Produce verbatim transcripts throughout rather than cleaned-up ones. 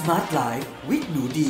Smart Life with หนูดี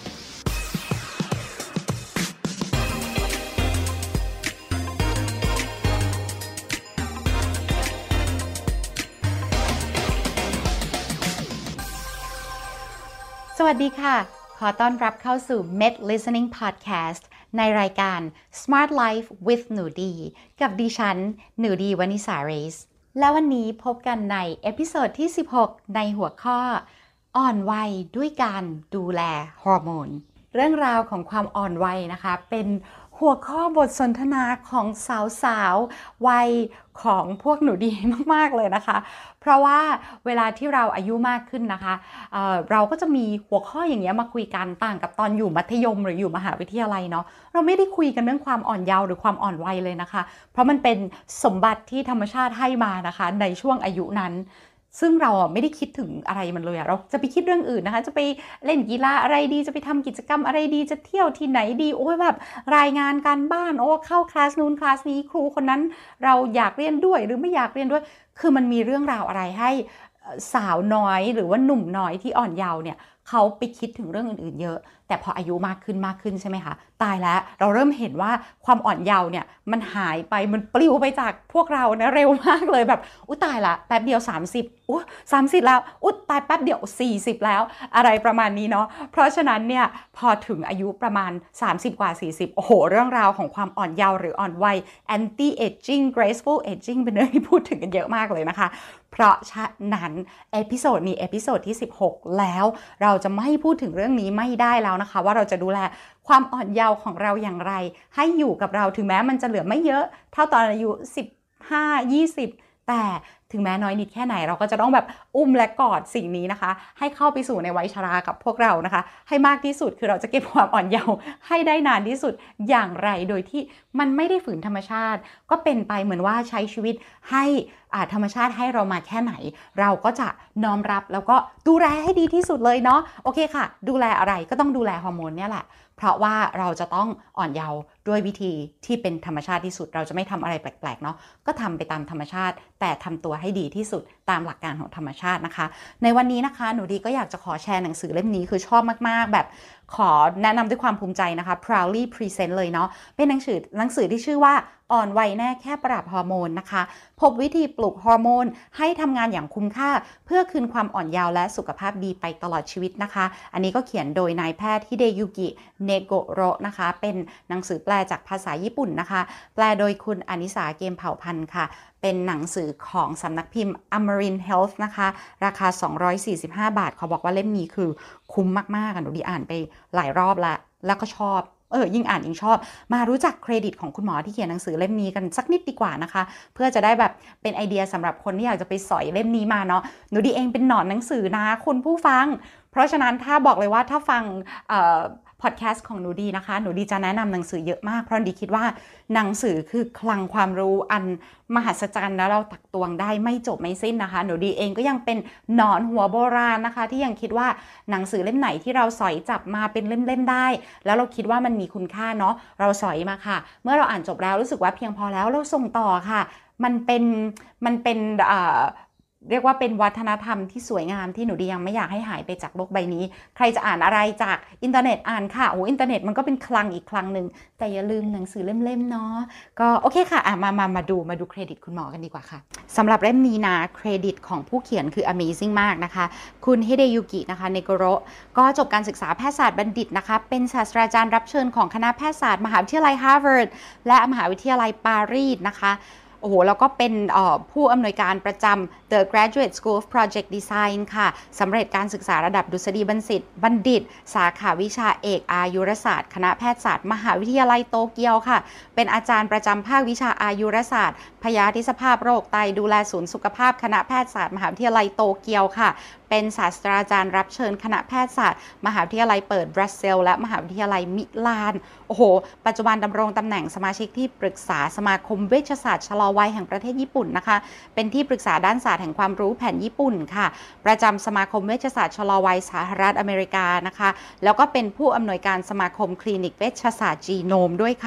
สวัสดีค่ะขอต้อนรับเข้าสู่ Med Listening Podcast ในรายการ Smart Life with หนูดีกับดิฉันหนูดีวนิสาเรซและวันนี้พบกันในเอพิโซดที่สิบหกในหัวข้ออ่อนวัยด้วยการดูแลฮอร์โมนเรื่องราวของความอ่อนวัยนะคะเป็นหัวข้อบทสนทนาของสาวๆวัยของพวกหนูดีมากๆเลยนะคะเพราะว่าเวลาที่เราอายุมากขึ้นนะคะ เอ่อ เราก็จะมีหัวข้ออย่างเงี้ยมาคุยกันต่างกับตอนอยู่มัธยมหรืออยู่มหาวิทยาลัยเนาะเราไม่ได้คุยกันเรื่องความอ่อนเยาว์หรือความอ่อนวัยเลยนะคะเพราะมันเป็นสมบัติที่ธรรมชาติให้มานะคะในช่วงอายุนั้นซึ่งเราอ่ะไม่ได้คิดถึงอะไรมันเลยอ่ะเราจะไปคิดเรื่องอื่นนะคะจะไปเล่นกีฬาอะไรดีจะไปทำกิจกรรมอะไรดีจะเที่ยวที่ไหนดีโอ้ยแบบรายงานการบ้านโอ้เข้าคลาสนู้นคลาสนี้ครูคนนั้นเราอยากเรียนด้วยหรือไม่อยากเรียนด้วยคือมันมีเรื่องราวอะไรให้สาวน้อยหรือว่าหนุ่มน้อยที่อ่อนเยาว์เนี่ยเขาไปคิดถึงเรื่องอื่นๆเยอะแต่พออายุมากขึ้นมากขึ้นใช่ไหมคะตายแล้วเราเริ่มเห็นว่าความอ่อนเยาว์เนี่ยมันหายไปมันปลิวไปจากพวกเรานะเร็วมากเลยแบบอุ๊ยตายละแป๊บเดียวสามสิบอุ๊ยสามสิบแล้วอุ๊ยตายแป๊บเดียวสี่สิบแล้วอะไรประมาณนี้เนาะเพราะฉะนั้นเนี่ยพอถึงอายุประมาณสามสิบกว่าสี่สิบโอ้โหเรื่องราวของความอ่อนเยาว์หรืออ่อนวัย anti aging graceful aging เป็นเรื่องที่พูดถึงกันเยอะมากเลยนะคะเพราะฉะนั้นเอพิโซดนี้เอพิโซดที่สิบหกแล้วเราจะไม่พูดถึงเรื่องนี้ไม่ได้แล้วนะคะว่าเราจะดูแลความอ่อนเยาว์ของเราอย่างไรให้อยู่กับเราถึงแม้มันจะเหลือไม่เยอะเท่าตอนอายุสิบห้า ยี่สิบแต่ถึงแม้น้อยนิดแค่ไหนเราก็จะต้องแบบอุ้มและกอดสิ่งนี้นะคะให้เข้าไปสู่ในวัยชรากับพวกเรานะคะให้มากที่สุดคือเราจะเก็บความอ่อนเยาว์ให้ได้นานที่สุดอย่างไรโดยที่มันไม่ได้ฝืนธรรมชาติก็เป็นไปเหมือนว่าใช้ชีวิตให้ธรรมชาติให้เรามาแค่ไหนเราก็จะน้อมรับแล้วก็ดูแลให้ดีที่สุดเลยเนาะโอเคค่ะดูแลอะไรก็ต้องดูแลฮอร์โมนเนี่ยแหละเพราะว่าเราจะต้องอ่อนเยาว์ด้วยวิธีที่เป็นธรรมชาติที่สุดเราจะไม่ทำอะไรแปลกๆเนาะก็ทำไปตามธรรมชาติแต่ทำตัวให้ดีที่สุดตามหลักการของธรรมชาตินะคะในวันนี้นะคะหนูดีก็อยากจะขอแชร์หนังสือเล่มนี้คือชอบมากๆแบบขอแนะนำด้วยความภูมิใจนะคะ proudly present เลยเนาะเป็นหนังสือหนังสือที่ชื่อว่าอ่อนวัยแน่แค่ปรับฮอร์โมนนะคะพบวิธีปลุกฮอร์โมนให้ทำงานอย่างคุ้มค่าเพื่อคืนความอ่อนเยาว์และสุขภาพดีไปตลอดชีวิตนะคะอันนี้ก็เขียนโดยนายแพทย์ฮิเดยุกิเนโกโระนะคะเป็นหนังสือแปลจากภาษาญี่ปุ่นนะคะแปลโดยคุณอนิสาเกมเผ่าพันธ์ค่ะเป็นหนังสือของสำนักพิมพ์ Amarin Health นะคะราคาสองร้อยสี่สิบห้าบาทเขาบอกว่าเล่มนี้คือคุ้มมากๆหนูดีอ่านไปหลายรอบแล้วแล้วก็ชอบเออยิ่งอ่านยิ่งชอบมารู้จักเครดิตของคุณหมอที่เขียนหนังสือเล่มนี้กันสักนิดดีกว่านะคะเพื่อจะได้แบบเป็นไอเดียสำหรับคนที่อยากจะไปสอยเล่มนี้มาเนาะหนูดีเองเป็นหนอนหนังสือนะคุณผู้ฟังเพราะฉะนั้นถ้าบอกเลยว่าถ้าฟังเอ่อพอดแคสต์ของหนูดีนะคะหนูดีจะแนะนำหนังสือเยอะมากเพราะดีคิดว่าหนังสือคือคลังความรู้อันมหัศจรรย์แล้วเราตักตวงได้ไม่จบไม่สิ้นนะคะหนูดีเองก็ยังเป็นหนอนหัวโบราณนะคะที่ยังคิดว่าหนังสือเล่มไหนที่เราสอยจับมาเป็นเล่มๆได้แล้วเราคิดว่ามันมีคุณค่าเนาะเราสอยมาค่ะเมื่อเราอ่านจบแล้วรู้สึกว่าเพียงพอแล้วเราส่งต่อค่ะมันเป็นมันเป็นเอ่อเรียกว่าเป็นวัฒนธรรมที่สวยงามที่หนูดียังไม่อยากให้หายไปจากโลกใบนี้ใครจะอ่านอะไรจากอินเทอร์เน็ตอ่านค่ะโอ้อินเทอร์เน็ตมันก็เป็นคลังอีกคลังหนึ่งแต่อย่าลืมหนังสือเล่มๆเนาะก็โอเคค่ะอ่ะมามามาดูมาดูเครดิตคุณหมอกันดีกว่าค่ะสำหรับเล่มนี้นะเครดิตของผู้เขียนคือ amazing มากนะคะคุณฮิเดยุกินะคะเนโกโระก็จบการศึกษาแพทยศาสตร์บัณฑิตนะคะเป็นศาสตราจารย์รับเชิญของคณะแพทยศาสตร์มหาวิทยาลัยฮาร์วาร์ดและมหาวิทยาลัยปารีสนะคะโอ้โหแล้วก็เป็นผู้อำนวยการประจำ The Graduate School of Project Design ค่ะสำเร็จการศึกษาระดับดุษฎีบัณฑิตบัณฑิตสาขาวิชาเอกอายุรศาสตร์คณะแพทยศาสตร์มหาวิทยาลัยโตเกียวค่ะเป็นอาจารย์ประจำภาควิชาอายุรศาสตร์พยาธิสภาพโรคไตดูแลศูนย์สุขภาพคณะแพทยศาสตร์มหาวิทยาลัยโตเกียวค่ะเป็นศาสตราจารย์รับเชิญคณะแพทยศาสตร์มหาวิทยาลัยเปิดบรัสเซลและมหาวิทยาลัยมิลานโอ้โหปัจจุบันดำรงตำแหน่งสมาชิกที่ปรึกษาสมาคมเวชศาสตร์ชะลอวัยแห่งประเทศญี่ปุ่นนะคะเป็นที่ปรึกษาด้านศาสตร์แห่งความรู้แผนญี่ปุ่นค่ะประจำสมาคมเวชศาสตร์ชะลอวัยสหรัฐอเมริกานะคะแล้วก็เป็นผู้อำนวยการสมาคมคลินิกเวชศาสตร์จีโนมด้วยค่ะ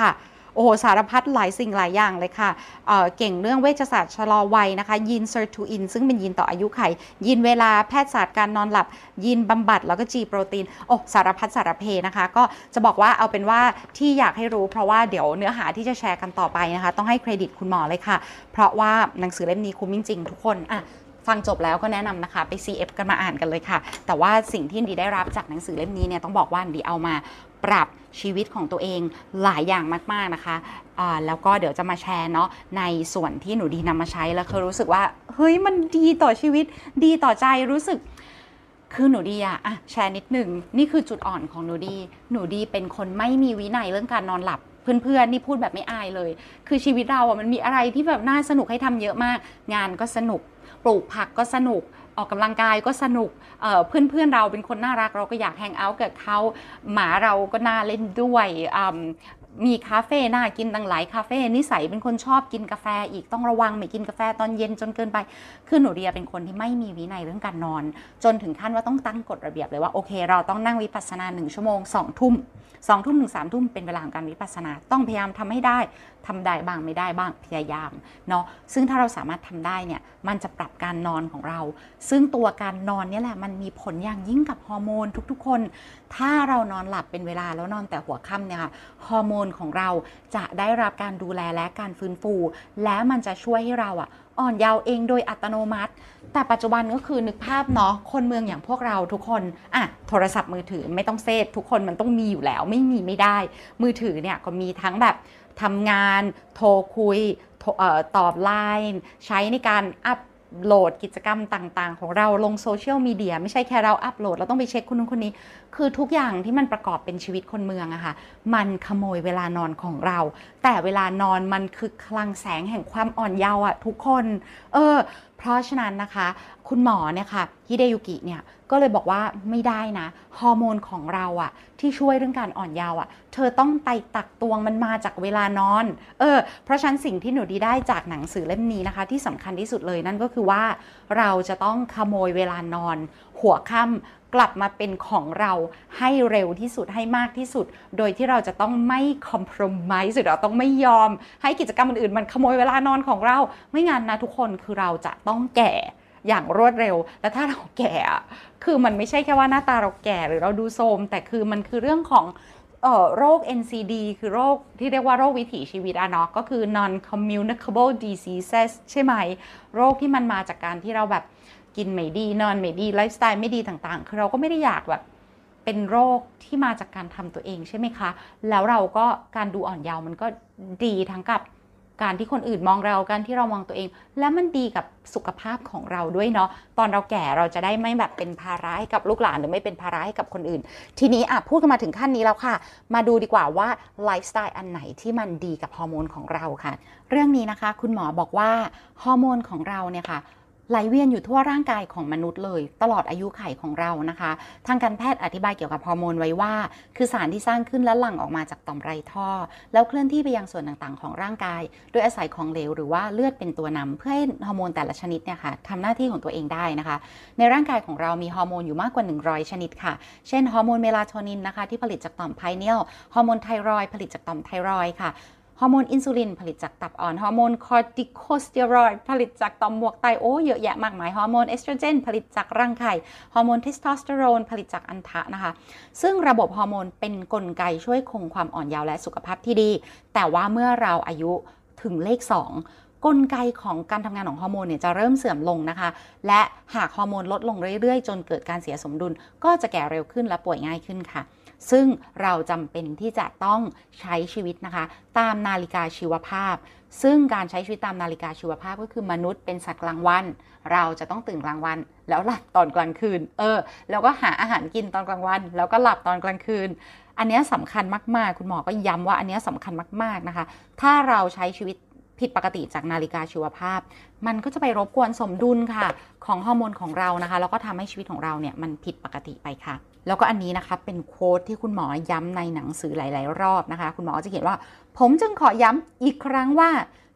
โอ้โหสารพัดหลายสิ่งหลายอย่างเลยค่ะ เอ่อ เก่งเรื่องเวชศาสตร์ชะลอวัยนะคะยีน ซี อี อาร์ ที ว ไอ เอ็น ซึ่งเป็นยีนต่ออายุไขยีนเวลาแพทยศาสตร์การนอนหลับยีนบำบัดแล้วก็ G โปรตีนโอ้สารพัดสารเพนะคะก็จะบอกว่าเอาเป็นว่าที่อยากให้รู้เพราะว่าเดี๋ยวเนื้อหาที่จะแชร์กันต่อไปนะคะต้องให้เครดิตคุณหมอเลยค่ะเพราะว่าหนังสือเล่มนี้คุ้มจริงๆทุกคนอ่ะฟังจบแล้วก็แนะนำนะคะไป ซี เอฟ กันมาอ่านกันเลยค่ะแต่ว่าสิ่งที่ดีได้รับจากหนังสือเล่มนี้เนี่ยต้องบอกว่าดีเอามาปรับชีวิตของตัวเองหลายอย่างมากๆนะคะอ่าแล้วก็เดี๋ยวจะมาแชร์เนาะในส่วนที่หนูดีนำมาใช้แล้วคือรู้สึกว่าเฮ้ยมันดีต่อชีวิตดีต่อใจรู้สึกคือหนูดีอะอะแชร์นิดหนึ่งนี่คือจุดอ่อนของหนูดีหนูดีเป็นคนไม่มีวินัยเรื่องการนอนหลับเพื่อนๆนี่พูดแบบไม่อายเลยคือชีวิตเราอะมันมีอะไรที่แบบน่าสนุกให้ทำเยอะมากงานก็สนุกปลูกผักก็สนุกออกกำลังกายก็สนุก เอ่อ เพื่อนๆเราเป็นคนน่ารักเราก็อยากแฮงเอาท์กับเขาหมาเราก็น่าเล่นด้วยมีคาเฟ่น่ากินตั้งหลายคาเฟ่นิสัยเป็นคนชอบกินกาแฟอีกต้องระวังไม่กินกาแฟตอนเย็นจนเกินไปคือหนูเดียเป็นคนที่ไม่มีวินัยเรื่องการนอนจนถึงขั้นว่าต้องตั้งกฎระเบียบเลยว่าโอเคเราต้องนั่งวิปัสสนาหนึ่งชั่วโมงสองทุ่มสองทุ่มถึงสามทุ่มเป็นเวลาของการวิปัสสนาต้องพยายามทำให้ได้ทำได้บ้างไม่ได้บ้างพยายามเนาะซึ่งถ้าเราสามารถทำได้เนี่ยมันจะปรับการนอนของเราซึ่งตัวการนอนนี่แหละมันมีผลอย่างยิ่งกับฮอร์โมนทุกๆคนถ้าเรานอนหลับเป็นเวลาแล้วนอนแต่หัวค่ำเนี่ยค่ะฮอร์โมนของเราจะได้รับการดูแลและการฟื้นฟูและมันจะช่วยให้เราอ่ะอ่อนเยาว์เองโดยอัตโนมัติแต่ปัจจุบันก็คือนึกภาพเนาะคนเมืองอย่างพวกเราทุกคนอ่ะโทรศัพท์มือถือไม่ต้องเซฟทุกคนมันต้องมีอยู่แล้วไม่มีไม่ได้มือถือเนี่ยก็มีทั้งแบบทำงานโทรคุยตอบไลน์ใช้ในการอัพโหลดกิจกรรมต่างๆของเราลงโซเชียลมีเดียไม่ใช่แค่เราอัพโหลดเราต้องไปเช็คคนนู้นคนนี้คือทุกอย่างที่มันประกอบเป็นชีวิตคนเมืองอะค่ะมันขโมยเวลานอนของเราแต่เวลานอนมันคือคลังแสงแห่งความอ่อนเยาว์อะทุกคนเออเพราะฉะนั้นนะคะคุณหมอเนี่ยค่ะฮิเดยุกิเนี่ยก็เลยบอกว่าไม่ได้นะฮอร์โมนของเราอะที่ช่วยเรื่องการอ่อนเยาว์อะเธอต้องไปตักตวงมันมาจากเวลานอนเออเพราะฉะนั้นสิ่งที่หนูดีได้จากหนังสือเล่มนี้นะคะที่สำคัญที่สุดเลยนั่นก็คือว่าเราจะต้องขโมยเวลานอนหัวค่ำกลับมาเป็นของเราให้เร็วที่สุดให้มากที่สุดโดยที่เราจะต้องไม่คอมโพรไมซ์เราต้องไม่ยอมให้กิจกรรมอื่นๆมันขโมยเวลานอนของเราไม่งั้นนะทุกคนคือเราจะต้องแก่อย่างรวดเร็วและถ้าเราแก่คือมันไม่ใช่แค่ว่าหน้าตาเราแก่หรือเราดูโทรมแต่คือมันคือเรื่องของเอ่อโรค เอ็น ซี ดี คือโรคที่เรียกว่าโรควิถีชีวิตอะเนาะก็คือ non communicable diseases ใช่ไหมโรคที่มันมาจากการที่เราแบบกินไม่ดีนอนไม่ดีไลฟ์สไตล์ไม่ดีต่างๆคือเราก็ไม่ได้อยากแบบเป็นโรคที่มาจากการทำตัวเองใช่ไหมคะแล้วเราก็การดูอ่อนเยาว์มันก็ดีทั้งกับการที่คนอื่นมองเราการที่เรามองตัวเองและมันดีกับสุขภาพของเราด้วยเนาะตอนเราแก่เราจะได้ไม่แบบเป็นภาระให้กับลูกหลานหรือไม่เป็นภาระให้กับคนอื่นทีนี้อ่ะพูดกันมาถึงขั้นนี้แล้วค่ะมาดูดีกว่าว่าไลฟ์สไตล์อันไหนที่มันดีกับฮอร์โมนของเราค่ะเรื่องนี้นะคะคุณหมอบอกว่าฮอร์โมนของเราเนี่ยค่ะไหลเวียนอยู่ทั่วร่างกายของมนุษย์เลยตลอดอายุไขของเรานะคะทางการแพทย์อธิบายเกี่ยวกับฮอร์โมนไว้ว่าคือสารที่สร้างขึ้นและหลั่งออกมาจากต่อมไรท่อแล้วเคลื่อนที่ไปยังส่วนต่างๆของร่างกายโดยอาศัยของเหลวหรือว่าเลือดเป็นตัวนำเพื่อให้ฮอร์โมนแต่ละชนิดเนี่ยค่ะทำหน้าที่ของตัวเองได้นะคะในร่างกายของเรามีฮอร์โมนอยู่มากกว่าหนึ่งร้อยชนิดค่ะเช่นฮอร์โมนเมลาโทนินนะคะที่ผลิตจากต่อมไพเนียลฮอร์โมนไทรอยด์ผลิตจากต่อมไทรอยด์ค่ะฮอร์โมนอินซูลินผลิตจากตับอ่อนฮอร์โมนคอร์ติโคสเตียรอยด์ผลิตจากต่อมหมวกไตโอ้เยอะแยะมากมายฮอร์โมนเอสโตรเจนผลิตจากรังไข่ฮอร์โมนเทสโทสเตอโรนผลิตจากอัณฑะนะคะซึ่งระบบฮอร์โมนเป็นกลไกช่วยคงความอ่อนเยาว์และสุขภาพที่ดีแต่ว่าเมื่อเราอายุถึงเลขสองกลไกของการทำงานของฮอร์โมนเนี่ยจะเริ่มเสื่อมลงนะคะและหากฮอร์โมนลดลงเรื่อยๆจนเกิดการเสียสมดุลก็จะแก่เร็วขึ้นและป่วยง่ายขึ้นค่ะซึ่งเราจำเป็นที่จะต้องใช้ชีวิตนะคะตามนาฬิกาชีวภาพซึ่งการใช้ชีวิตตามนาฬิกาชีวภาพก็คือมนุษย์เป็นสัตว์กลางวันเราจะต้องตื่นกลางวันแล้วหลับตอนกลางคืนเออแล้วก็หาอาหารกินตอนกลางวันแล้วก็หลับตอนกลางคืนอันนี้สำคัญมากๆคุณหมอก็ย้ำว่าอันนี้สำคัญมากๆนะคะถ้าเราใช้ชีวิตผิดปกติจากนาฬิกาชีวภาพมันก็จะไปรบกวนสมดุลค่ะของฮอร์โมนของเรานะคะแล้วก็ทำให้ชีวิตของเราเนี่ยมันผิดปกติไปค่ะแล้วก็อันนี้นะคะเป็นโค้ดที่คุณหมอย้ำในหนังสือหลายๆรอบนะคะคุณหมอจะเขียนว่าผมจึงขอย้ำอีกครั้งว่า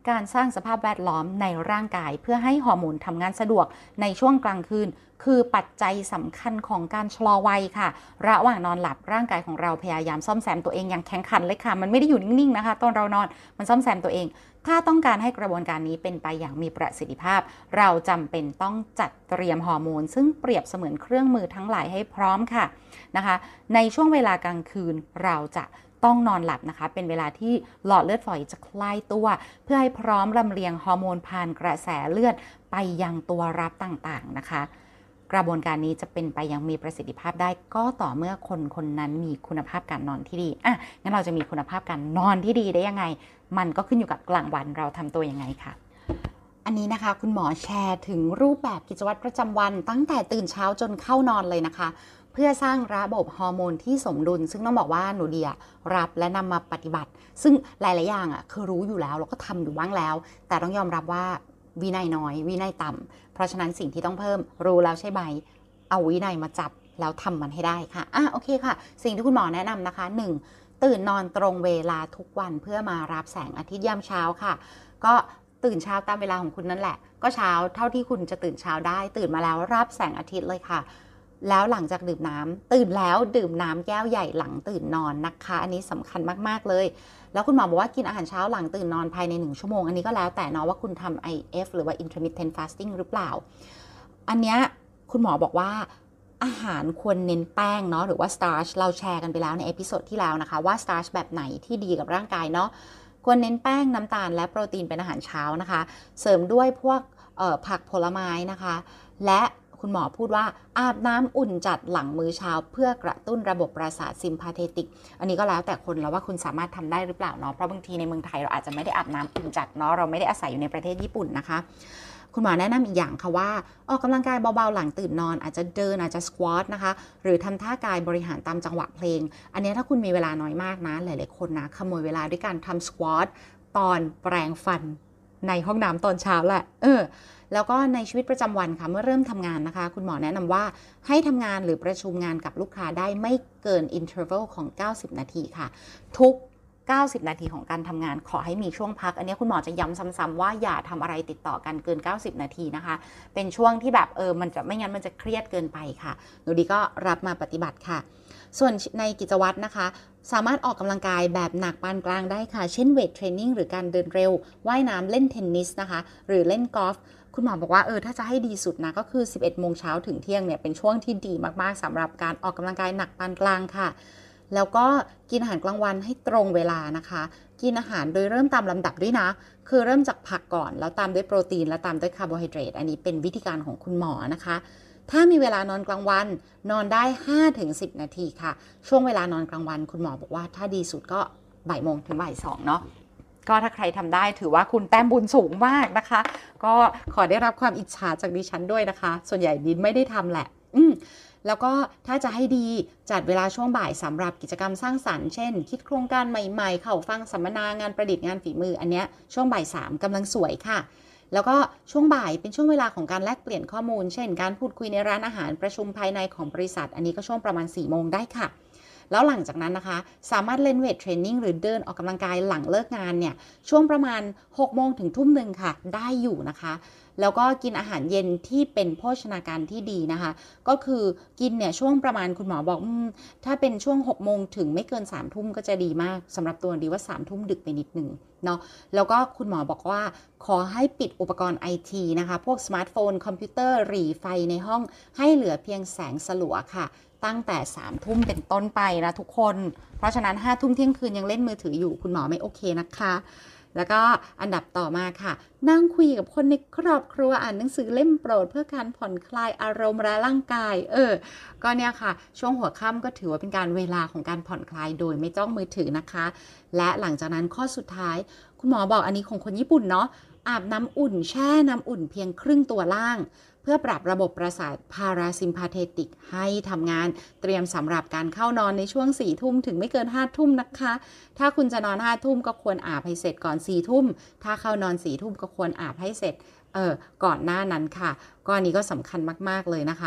การสร้างสภาพแวดล้อมในร่างกายเพื่อให้ฮอร์โมนทำงานสะดวกในช่วงกลางคืนคือปัจจัยสำคัญของการชะลอวัยค่ะระหว่างนอนหลับร่างกายของเราพยายามซ่อมแซมตัวเองอย่างแข็งขันเลยค่ะมันไม่ได้อยู่นิ่งๆนะคะตอนเรานอนมันซ่อมแซมตัวเองถ้าต้องการให้กระบวนการนี้เป็นไปอย่างมีประสิทธิภาพเราจำเป็นต้องจัดเตรียมฮอร์โมนซึ่งเปรียบเสมือนเครื่องมือทั้งหลายให้พร้อมค่ะนะคะในช่วงเวลากลางคืนเราจะต้องนอนหลับนะคะเป็นเวลาที่หลอดเลือดฝอยจะคลายตัวเพื่อให้พร้อมลำเลียงฮอร์โมนผ่านกระแสเลือดไปยังตัวรับต่างๆนะคะกระบวนการนี้จะเป็นไปอย่างมีประสิทธิภาพได้ก็ต่อเมื่อคนคนนั้นมีคุณภาพการนอนที่ดีอ่ะงั้นเราจะมีคุณภาพการนอนที่ดีได้ยังไงมันก็ขึ้นอยู่กับกลางวันเราทำตัวยังไงค่ะอันนี้นะคะคุณหมอแชร์ถึงรูปแบบกิจวัตรประจำวันตั้งแต่ตื่นเช้าจนเข้านอนเลยนะคะเพื่อสร้างระบบฮอร์โมนที่สมดุลซึ่งต้องบอกว่าหนูเดียรับและนำมาปฏิบัติซึ่งหลายๆอย่างอ่ะคือรู้อยู่แล้วแล้วก็ทำอยู่บ้างแล้วแต่ต้องยอมรับว่าวินัยน้อยวินัยต่ำเพราะฉะนั้นสิ่งที่ต้องเพิ่มรู้แล้วใช่ไหมเอาวินัยมาจับแล้วทำมันให้ได้ค่ะอ่ะโอเคค่ะสิ่งที่คุณหมอแนะนำนะคะหนึ่งตื่นนอนตรงเวลาทุกวันเพื่อมารับแสงอาทิตย์ยามเช้าค่ะก็ตื่นเช้าตามเวลาของคุณนั่นแหละก็เช้าเท่าที่คุณจะตื่นเช้าได้ตื่นมาแล้วรับแสงอาทิตย์เลยค่ะแล้วหลังจากดื่มน้ำตื่นแล้วดื่มน้ำแก้วใหญ่หลังตื่นนอนนะคะอันนี้สำคัญมากๆเลยแล้วคุณหมอบอกว่ากินอาหารเช้าหลังตื่นนอนภายในหนึ่งชั่วโมงอันนี้ก็แล้วแต่เนาะว่าคุณทำ ไอ เอฟ หรือว่า intermittent fasting หรือเปล่าอันเนี้ยคุณหมอบอกว่าอาหารควรเน้นแป้งเนาะหรือว่า starch เราแชร์กันไปแล้วในเอพิโซดที่แล้วนะคะว่า starch แบบไหนที่ดีกับร่างกายเนาะควรเน้นแป้งน้ำตาลและโปรตีนเป็นอาหารเช้านะคะเสริมด้วยพวกผักผลไม้นะคะและคุณหมอพูดว่าอาบน้ำอุ่นจัดหลังมื้อเช้าเพื่อกระตุ้นระบบประสาทซิมพาเทติกอันนี้ก็แล้วแต่คนแล้วว่าคุณสามารถทำได้หรือเปล่าเนาะเพราะบางทีในเมืองไทยเราอาจจะไม่ได้อาบน้ำอุ่นจัดเนาะเราไม่ได้อาศัยอยู่ในประเทศญี่ปุ่นนะคะคุณหมอแนะนำอีกอย่างค่ะว่าออกกำลังกายเบาๆหลังตื่นนอนอาจจะเดินอาจจะสควอตนะคะหรือทำท่ากายบริหารตามจังหวะเพลงอันนี้ถ้าคุณมีเวลาน้อยมากนะหลายๆคนนะขโมยเวลาด้วยการทำสควอตตอนแปรงฟันในห้องน้ำตอนเช้าแหละเออแล้วก็ในชีวิตประจำวันค่ะเมื่อเริ่มทำงานนะคะคุณหมอแนะนำว่าให้ทำงานหรือประชุมงานกับลูกค้าได้ไม่เกิน interval ของเก้าสิบนาทีค่ะทุกเก้าสิบนาทีของการทำงานขอให้มีช่วงพักอันนี้คุณหมอจะย้ำซ้ำๆว่าอย่าทำอะไรติดต่อกันเกินเก้าสิบนาทีนะคะเป็นช่วงที่แบบเออมันจะไม่งั้นมันจะเครียดเกินไปค่ะหนูดีก็รับมาปฏิบัติค่ะส่วนในกิจวัตรนะคะสามารถออกกำลังกายแบบหนักปานกลางได้ค่ะเช่นเวทเทรนนิ่งหรือการเดินเร็วว่ายน้ำเล่นเทนนิสนะคะหรือเล่นกอล์ฟคุณหมอบอกว่าเออถ้าจะให้ดีสุดนะก็คือ สิบเอ็ดโมงเช้าถึงเที่ยงเนี่ยเป็นช่วงที่ดีมากๆสำหรับการออกกำลังกายหนักปานกลางค่ะแล้วก็กินอาหารกลางวันให้ตรงเวลานะคะกินอาหารโดยเริ่มตามลำดับด้วยนะคือเริ่มจากผักก่อนแล้วตามด้วยโปรตีนแล้วตามด้วยคาร์โบไฮเดรตอันนี้เป็นวิธีการของคุณหมอนะคะถ้ามีเวลานอนกลางวันนอนได้ ห้าถึงสิบ นาทีค่ะช่วงเวลานอนกลางวันคุณหมอบอกว่าถ้าดีสุดก็บ่ายโมงถึงบ่ายสองเนาะก็ถ้าใครทำได้ถือว่าคุณแต้มบุญสูงมากนะคะก็ขอได้รับความอิจฉาจากดิฉันด้วยนะคะส่วนใหญ่ดินไม่ได้ทำแหละอืมแล้วก็ถ้าจะให้ดีจัดเวลาช่วงบ่ายสำหรับกิจกรรมสร้างสรรค์เช่นคิดโครงการใหม่ๆเข้าฟังสัมมนางานประดิษฐ์งานฝีมืออันเนี้ยช่วงบ่ายสามกำลังสวยค่ะแล้วก็ช่วงบ่ายเป็นช่วงเวลาของการแลกเปลี่ยนข้อมูลเช่นการพูดคุยในร้านอาหารประชุมภายในของบริษัทอันนี้ก็ช่วงประมาณสี่โมงได้ค่ะแล้วหลังจากนั้นนะคะสามารถเล่นเวทเทรนนิ่งหรือเดินออกกำลังกายหลังเลิกงานเนี่ยช่วงประมาณหกโมงถึงทุ่มหนึ่งค่ะได้อยู่นะคะแล้วก็กินอาหารเย็นที่เป็นโภชนาการที่ดีนะคะก็คือกินเนี่ยช่วงประมาณคุณหมอบอกถ้าเป็นช่วงหกโมงถึงไม่เกินสามทุ่มก็จะดีมากสำหรับตัวดีว่าสามทุ่มดึกไปนิดนึงเนาะแล้วก็คุณหมอบอกว่าขอให้ปิดอุปกรณ์ไอทีนะคะพวกสมาร์ทโฟนคอมพิวเตอร์หรี่ไฟในห้องให้เหลือเพียงแสงสลัวค่ะตั้งแต่สามทุ่มเป็นต้นไปนะทุกคนเพราะฉะนั้นห้าทุ่มเที่ยงคืนยังเล่นมือถืออยู่คุณหมอไม่โอเคนะคะแล้วก็อันดับต่อมาค่ะนั่งคุยกับคนในครอบครัวอ่านหนังสือเล่มโปรดเพื่อการผ่อนคลายอารมณ์และร่างกายเออก็เนี่ยค่ะช่วงหัวค่ำก็ถือว่าเป็นการเวลาของการผ่อนคลายโดยไม่จ้องมือถือนะคะและหลังจากนั้นข้อสุดท้ายคุณหมอบอกอันนี้ของคนญี่ปุ่นเนาะอาบน้ำอุ่นแช่น้ำอุ่นเพียงครึ่งตัวล่างเพื่อปรับระบบประสาทพาราซิมพาเทติกให้ทำงานเตรียมสำหรับการเข้านอนในช่วงสี่ทุ่มถึงไม่เกินห้าทุ่มนะคะถ้าคุณจะนอนห้าทุ่มก็ควรอาบให้เสร็จก่อนสี่ทุ่มถ้าเข้านอนสี่ทุ่มก็ควรอาบให้เสร็จเออก่อนหน้านั้นค่ะก็อันนี้ก็สำคัญมากๆเลยนะคะ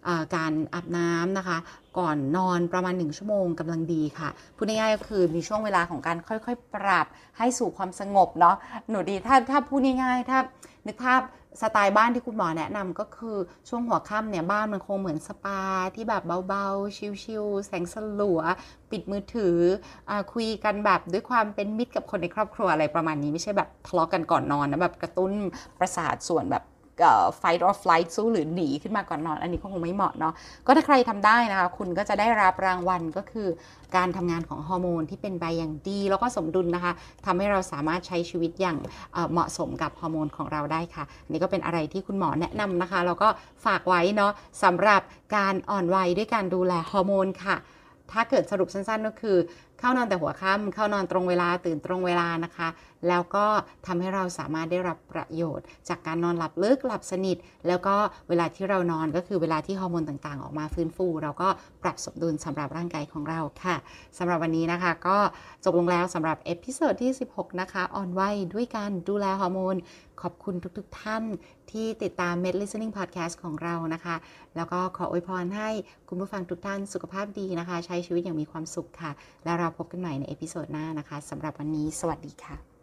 การอาบน้ำนะคะก่อนนอนประมาณหนึ่งชั่วโมงกำลังดีค่ะพูดง่ายๆก็คือมีช่วงเวลาของการค่อยๆปรับให้สู่ความสงบเนาะหนูดีถ้าถ้าพูดง่ายๆถ้านึกภาพสไตล์บ้านที่คุณหมอแนะนำก็คือช่วงหัวค่ำเนี่ยบ้านมันคงเหมือนสปาที่แบบเบาๆชิลๆแสงสลัวปิดมือถืออ่าคุยกันแบบด้วยความเป็นมิตรกับคนในครอบครัวอะไรประมาณนี้ไม่ใช่แบบทะเลาะกันก่อนนอนนะแบบกระตุ้นประสาทส่วนแบบfight or flight สู้หรือหนีขึ้นมาก่อนนอนอันนี้ก็คงไม่เหมาะเนาะก็ถ้าใครทำได้นะคะคุณก็จะได้รับรางวัลก็คือการทำงานของฮอร์โมนที่เป็นไปอย่างดีแล้วก็สมดุลนะคะทำให้เราสามารถใช้ชีวิตอย่างเหมาะสมกับฮอร์โมนของเราได้ค่ะอันนี้ก็เป็นอะไรที่คุณหมอแนะนำนะคะแล้วก็ฝากไว้เนาะสำหรับการอ่อนวัยด้วยการดูแลฮอร์โมนค่ะถ้าเกิดสรุปสั้นๆก็คือเข้านอนแต่หัวค่ำเข้านอนตรงเวลาตื่นตรงเวลานะคะแล้วก็ทำให้เราสามารถได้รับประโยชน์จากการนอนหลับลึกหลับสนิทแล้วก็เวลาที่เรานอนก็คือเวลาที่ฮอร์โมนต่างๆออกมาฟื้นฟูเราก็ปรับสมดุลสำหรับร่างกายของเราค่ะสำหรับวันนี้นะคะก็จบลงแล้วสำหรับเอพิโซดที่สิบหกนะคะอ่อนวัยด้วยการดูแลฮอร์โมนขอบคุณทุกๆท่านที่ติดตาม Med Listening Podcast ของเรานะคะแล้วก็ขออวยพรให้คุณผู้ฟังทุกท่านสุขภาพดีนะคะใช้ชีวิตอย่างมีความสุขค่ะแล้วเราพบกันใหม่ในเอพิโซดหน้านะคะสำหรับวันนี้สวัสดีค่ะ